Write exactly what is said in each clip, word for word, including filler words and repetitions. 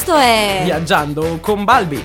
Questo è Viaggiando con Balbi.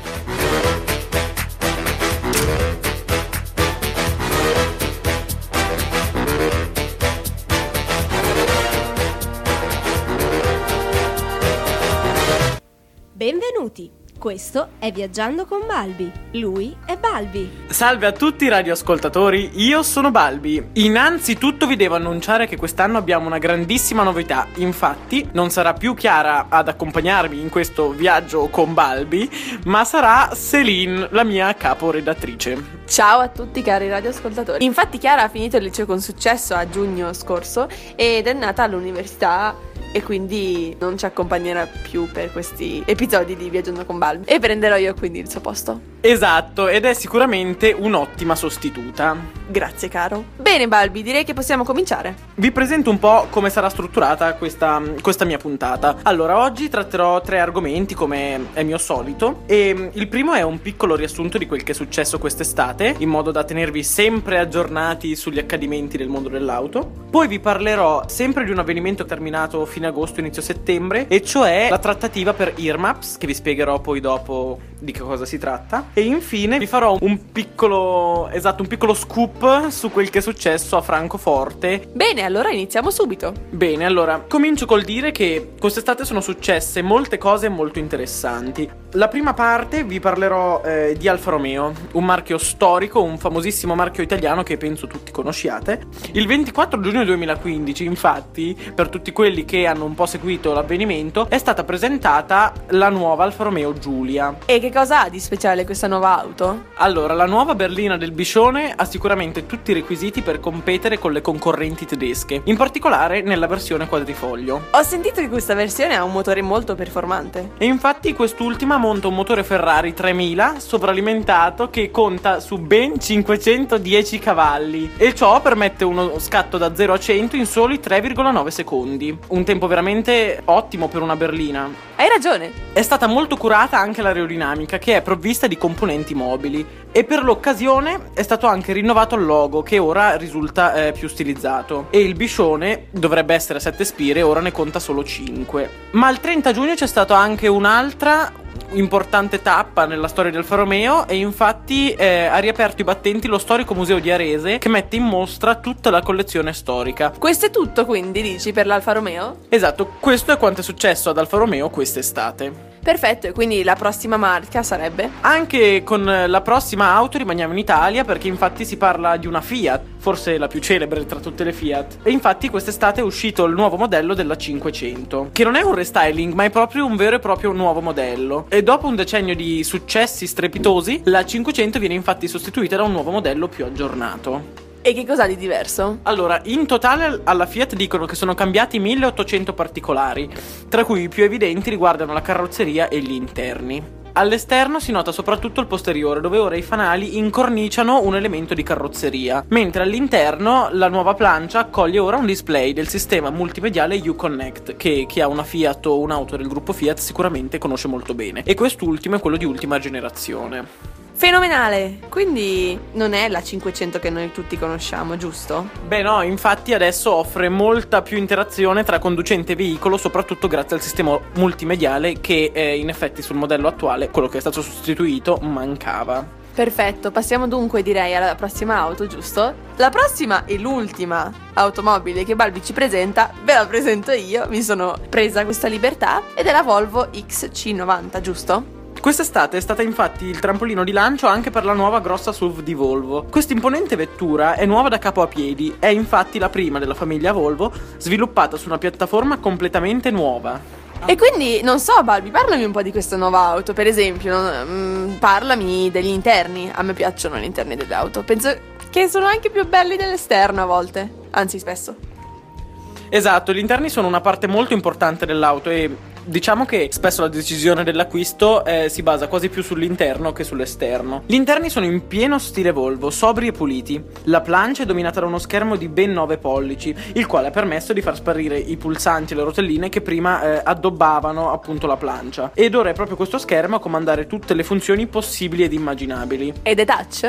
Benvenuti. Questo è Viaggiando con Balbi. Lui è Balbi. Salve a tutti i radioascoltatori, io sono Balbi. Innanzitutto vi devo annunciare che quest'anno abbiamo una grandissima novità. Infatti non sarà più Chiara ad accompagnarmi in questo viaggio con Balbi, ma sarà Céline, la mia caporedattrice. Ciao a tutti cari radioascoltatori. Infatti Chiara ha finito il liceo con successo a giugno scorso ed è nata all'università e quindi non ci accompagnerà più per questi episodi di Viaggiando con Balbi e prenderò io quindi il suo posto. Esatto, ed è sicuramente un'ottima sostituta. Grazie caro. Bene Balbi, direi che possiamo cominciare. Vi presento un po' come sarà strutturata questa, questa mia puntata. Allora, oggi tratterò tre argomenti come è mio solito e il primo è un piccolo riassunto di quel che è successo quest'estate, in modo da tenervi sempre aggiornati sugli accadimenti del mondo dell'auto. Poi vi parlerò sempre di un avvenimento terminato fine agosto, inizio settembre, e cioè la trattativa per I R M A P S, che vi spiegherò poi dopo di che cosa si tratta. E infine vi farò un piccolo, esatto, un piccolo scoop su quel che è successo a Francoforte. Bene, allora iniziamo subito. Bene, allora, comincio col dire che quest'estate sono successe molte cose molto interessanti. La prima parte vi parlerò eh, di Alfa Romeo, un marchio storico, un famosissimo marchio italiano che penso tutti conosciate. Il ventiquattro giugno duemilaquindici, infatti, per tutti quelli che hanno un po' seguito l'avvenimento, è stata presentata la nuova Alfa Romeo Giulia. E che cosa ha di speciale questa nuova auto? Allora, la nuova berlina del Biscione ha sicuramente tutti i requisiti per competere con le concorrenti tedesche, in particolare nella versione quadrifoglio. Ho sentito che questa versione ha un motore molto performante. E infatti quest'ultima monta un motore Ferrari tremila sovralimentato che conta su ben cinquecentodieci cavalli, e ciò permette uno scatto da zero a cento in soli tre virgola nove secondi, un tempo veramente ottimo per una berlina. Hai ragione. È stata molto curata anche l'aerodinamica, che è provvista di componenti mobili, e per l'occasione è stato anche rinnovato il logo, che ora risulta eh, più stilizzato, e il Biscione dovrebbe essere a sette spire, ora ne conta solo cinque. Ma il trenta giugno c'è stata anche un'altra importante tappa nella storia del Alfa Romeo, e infatti eh, ha riaperto i battenti lo storico museo di Arese, che mette in mostra tutta la collezione storica. Questo è tutto quindi, dici, per l'Alfa Romeo? Esatto, questo è quanto è successo ad Alfa Romeo quest'estate. Perfetto, e quindi la prossima marca sarebbe? Anche con la prossima auto rimaniamo in Italia, perché infatti si parla di una Fiat, forse la più celebre tra tutte le Fiat. E infatti quest'estate è uscito il nuovo modello della cinquecento, che non è un restyling, ma è proprio un vero e proprio nuovo modello. E dopo un decennio di successi strepitosi, la cinquecento viene infatti sostituita da un nuovo modello più aggiornato. E che cos'ha di diverso? Allora, in totale alla Fiat dicono che sono cambiati milleottocento particolari, tra cui i più evidenti riguardano la carrozzeria e gli interni. All'esterno si nota soprattutto il posteriore, dove ora i fanali incorniciano un elemento di carrozzeria, mentre all'interno la nuova plancia accoglie ora un display del sistema multimediale Uconnect, che chi ha una Fiat o un'auto del gruppo Fiat sicuramente conosce molto bene, e quest'ultimo è quello di ultima generazione. Fenomenale! Quindi non è la cinquecento che noi tutti conosciamo, giusto? Beh no, infatti adesso offre molta più interazione tra conducente e veicolo, soprattutto grazie al sistema multimediale che eh, in effetti sul modello attuale, quello che è stato sostituito, mancava. Perfetto, passiamo dunque direi alla prossima auto, giusto? La prossima e l'ultima automobile che Balbi ci presenta, ve la presento io, mi sono presa questa libertà, ed è la Volvo X C novanta, giusto? Quest'estate è stata infatti il trampolino di lancio anche per la nuova grossa S U V di Volvo. Questa imponente vettura è nuova da capo a piedi, è infatti la prima della famiglia Volvo sviluppata su una piattaforma completamente nuova. E quindi, non so Balbi, parlami un po' di questa nuova auto, per esempio, non, mm, parlami degli interni. A me piacciono gli interni delle auto, penso che sono anche più belli dell'esterno a volte, anzi spesso. Esatto, gli interni sono una parte molto importante dell'auto e diciamo che spesso la decisione dell'acquisto eh, si basa quasi più sull'interno che sull'esterno. Gli interni sono in pieno stile Volvo, sobri e puliti. La plancia è dominata da uno schermo di ben nove pollici, il quale ha permesso di far sparire i pulsanti e le rotelline che prima eh, addobbavano appunto la plancia. Ed ora è proprio questo schermo a comandare tutte le funzioni possibili ed immaginabili. Ed è touch?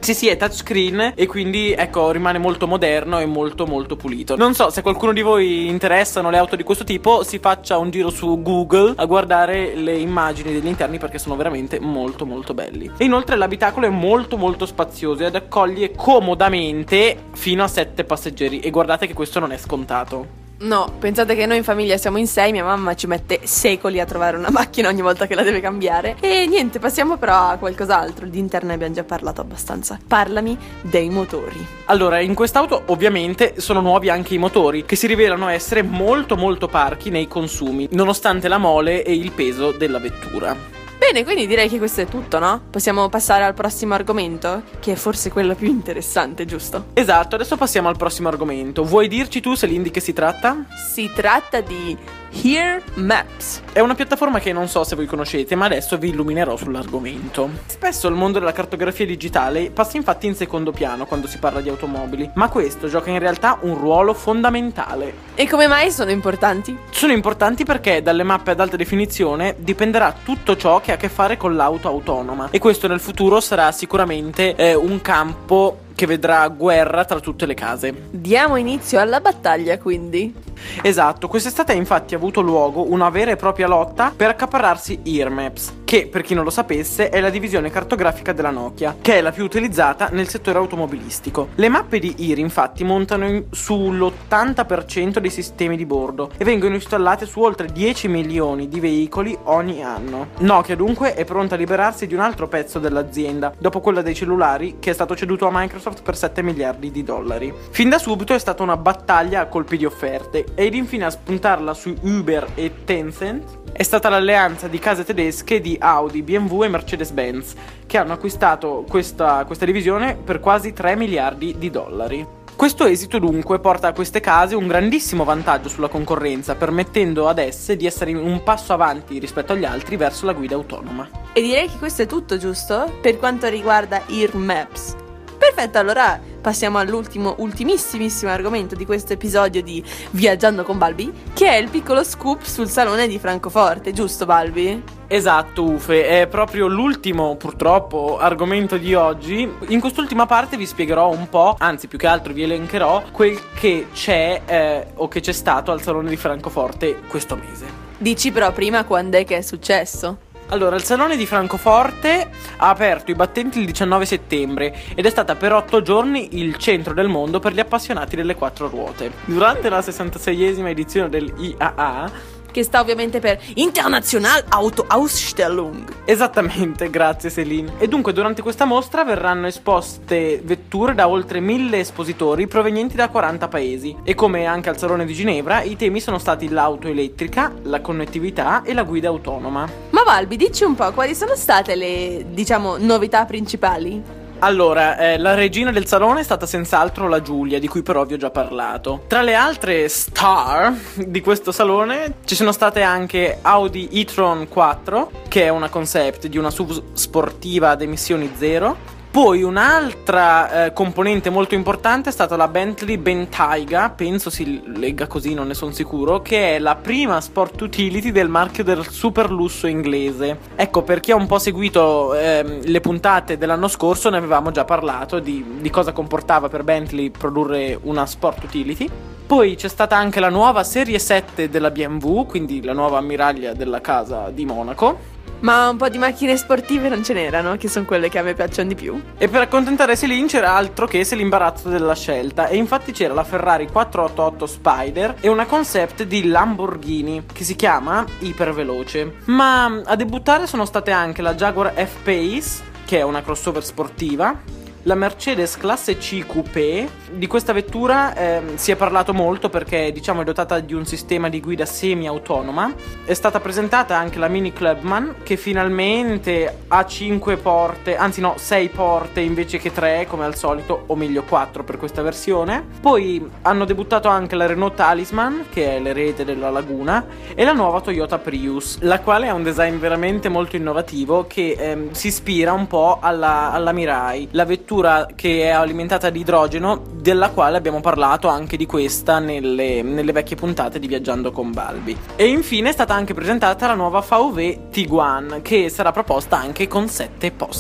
Sì, sì, è touchscreen e quindi ecco rimane molto moderno e molto molto pulito. Non so se qualcuno di voi interessano le auto di questo tipo, si faccia un giro su Google a guardare le immagini degli interni perché sono veramente molto molto belli. E inoltre l'abitacolo è molto molto spazioso ed accoglie comodamente fino a sette passeggeri e guardate che questo non è scontato. No, pensate che noi in famiglia siamo in sei, mia mamma ci mette secoli a trovare una macchina ogni volta che la deve cambiare. E niente, passiamo però a qualcos'altro. Di interni abbiamo già parlato abbastanza. Parlami dei motori. Allora, in quest'auto ovviamente sono nuovi anche i motori, che si rivelano essere molto molto parchi nei consumi, nonostante la mole e il peso della vettura. Bene, quindi direi che questo è tutto, no? Possiamo passare al prossimo argomento, che è forse quello più interessante, giusto? Esatto, adesso passiamo al prossimo argomento. Vuoi dirci tu, Celine, di che si tratta? Si tratta di Here Maps. È una piattaforma che non so se voi conoscete, ma adesso vi illuminerò sull'argomento. Spesso il mondo della cartografia digitale passa infatti in secondo piano quando si parla di automobili, ma questo gioca in realtà un ruolo fondamentale. E come mai sono importanti? Sono importanti perché dalle mappe ad alta definizione dipenderà tutto ciò che ha a che fare con l'auto autonoma, e questo nel futuro sarà sicuramente eh, un campo che vedrà guerra tra tutte le case. Diamo inizio alla battaglia, quindi. Esatto, quest'estate ha infatti avuto luogo una vera e propria lotta per accaparrarsi Here Maps, che per chi non lo sapesse è la divisione cartografica della Nokia, che è la più utilizzata nel settore automobilistico. Le mappe di Here infatti montano in, sull'ottanta per cento dei sistemi di bordo e vengono installate su oltre dieci milioni di veicoli ogni anno. Nokia dunque è pronta a liberarsi di un altro pezzo dell'azienda, dopo quella dei cellulari che è stato ceduto a Microsoft per sette miliardi di dollari. Fin da subito è stata una battaglia a colpi di offerte, ed infine a spuntarla su Uber e Tencent è stata l'alleanza di case tedesche di Audi, B M W e Mercedes-Benz, che hanno acquistato questa, questa divisione per quasi tre miliardi di dollari. Questo esito dunque porta a queste case un grandissimo vantaggio sulla concorrenza, permettendo ad esse di essere un passo avanti rispetto agli altri verso la guida autonoma. E direi che questo è tutto, giusto? Per quanto riguarda Here Maps. Perfetto, allora passiamo all'ultimo, ultimissimissimo argomento di questo episodio di Viaggiando con Balbi, che è il piccolo scoop sul salone di Francoforte, giusto Balbi? Esatto, Ufe, è proprio l'ultimo, purtroppo, argomento di oggi. In quest'ultima parte vi spiegherò un po', anzi più che altro vi elencherò quel che c'è eh, o che c'è stato al salone di Francoforte questo mese. Dici però prima quando è che è successo? Allora, il Salone di Francoforte ha aperto i battenti il diciannove settembre ed è stata per otto giorni il centro del mondo per gli appassionati delle quattro ruote. Durante la sessantaseiesima edizione del I A A, che sta ovviamente per International Auto Ausstellung. Esattamente, grazie Celine. E dunque durante questa mostra verranno esposte vetture da oltre mille espositori provenienti da quaranta paesi. E come anche al Salone di Ginevra, i temi sono stati l'auto elettrica, la connettività e la guida autonoma. Ma Balbi, dici un po' quali sono state le, diciamo, novità principali? Allora, eh, la regina del salone è stata senz'altro la Giulia, di cui però vi ho già parlato. Tra le altre star di questo salone ci sono state anche Audi e-tron quattro, che è una concept di una S U V sportiva ad emissioni zero. Poi un'altra eh, componente molto importante è stata la Bentley Bentayga, penso si legga così, non ne sono sicuro, che è la prima sport utility del marchio del super lusso inglese. Ecco, per chi ha un po' seguito eh, le puntate dell'anno scorso ne avevamo già parlato di, di cosa comportava per Bentley produrre una sport utility. Poi c'è stata anche la nuova serie sette della B M W, quindi la nuova ammiraglia della casa di Monaco. Ma un po' di macchine sportive non ce n'erano, che sono quelle che a me piacciono di più. E per accontentare Celine c'era altro che se l'imbarazzo della scelta. E infatti c'era la Ferrari quattrocentottantotto Spider e una concept di Lamborghini che si chiama Iperveloce. Ma a debuttare sono state anche la Jaguar F-Pace, che è una crossover sportiva, la Mercedes classe C Coupé. Di questa vettura eh, si è parlato molto perché diciamo è dotata di un sistema di guida semi-autonoma. È stata presentata anche la Mini Clubman, che finalmente ha cinque porte, anzi no, sei porte invece che tre come al solito, o meglio quattro per questa versione. Poi hanno debuttato anche la Renault Talisman, che è l'erede della Laguna, e la nuova Toyota Prius, la quale ha un design veramente molto innovativo che ehm, si ispira un po' alla, alla Mirai, la vettura che è alimentata di idrogeno, della quale abbiamo parlato anche di questa nelle, nelle vecchie puntate di Viaggiando con Balbi. E infine è stata anche presentata la nuova V W Tiguan, che sarà proposta anche con sette posti.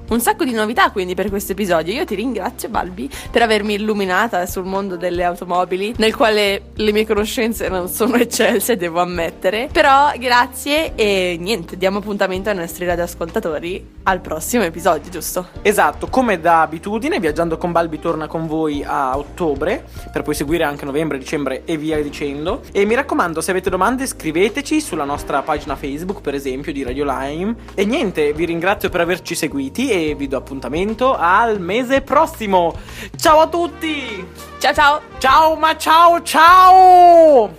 un sacco di novità quindi per questo episodio. Io ti ringrazio, Balbi, per avermi illuminata sul mondo delle automobili, nel quale le mie conoscenze non sono eccelse, devo ammettere. Però grazie e niente, diamo appuntamento ai nostri radioascoltatori al prossimo episodio, giusto? Esatto, come da abitudine, Viaggiando con Balbi torna con voi a ottobre, per poi seguire anche novembre, dicembre e via dicendo. E mi raccomando, se avete domande scriveteci sulla nostra pagina Facebook, per esempio, di Radio Lime. E niente, vi ringrazio per averci seguiti e vi do appuntamento al mese prossimo. Ciao a tutti! Ciao ciao! Ciao, ma ciao ciao!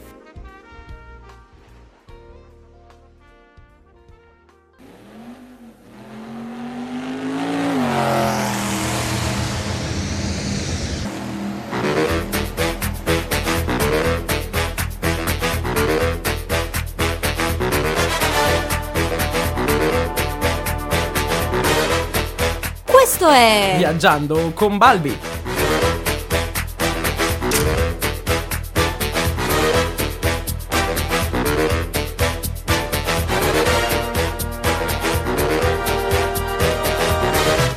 Questo è Viaggiando con Balbi.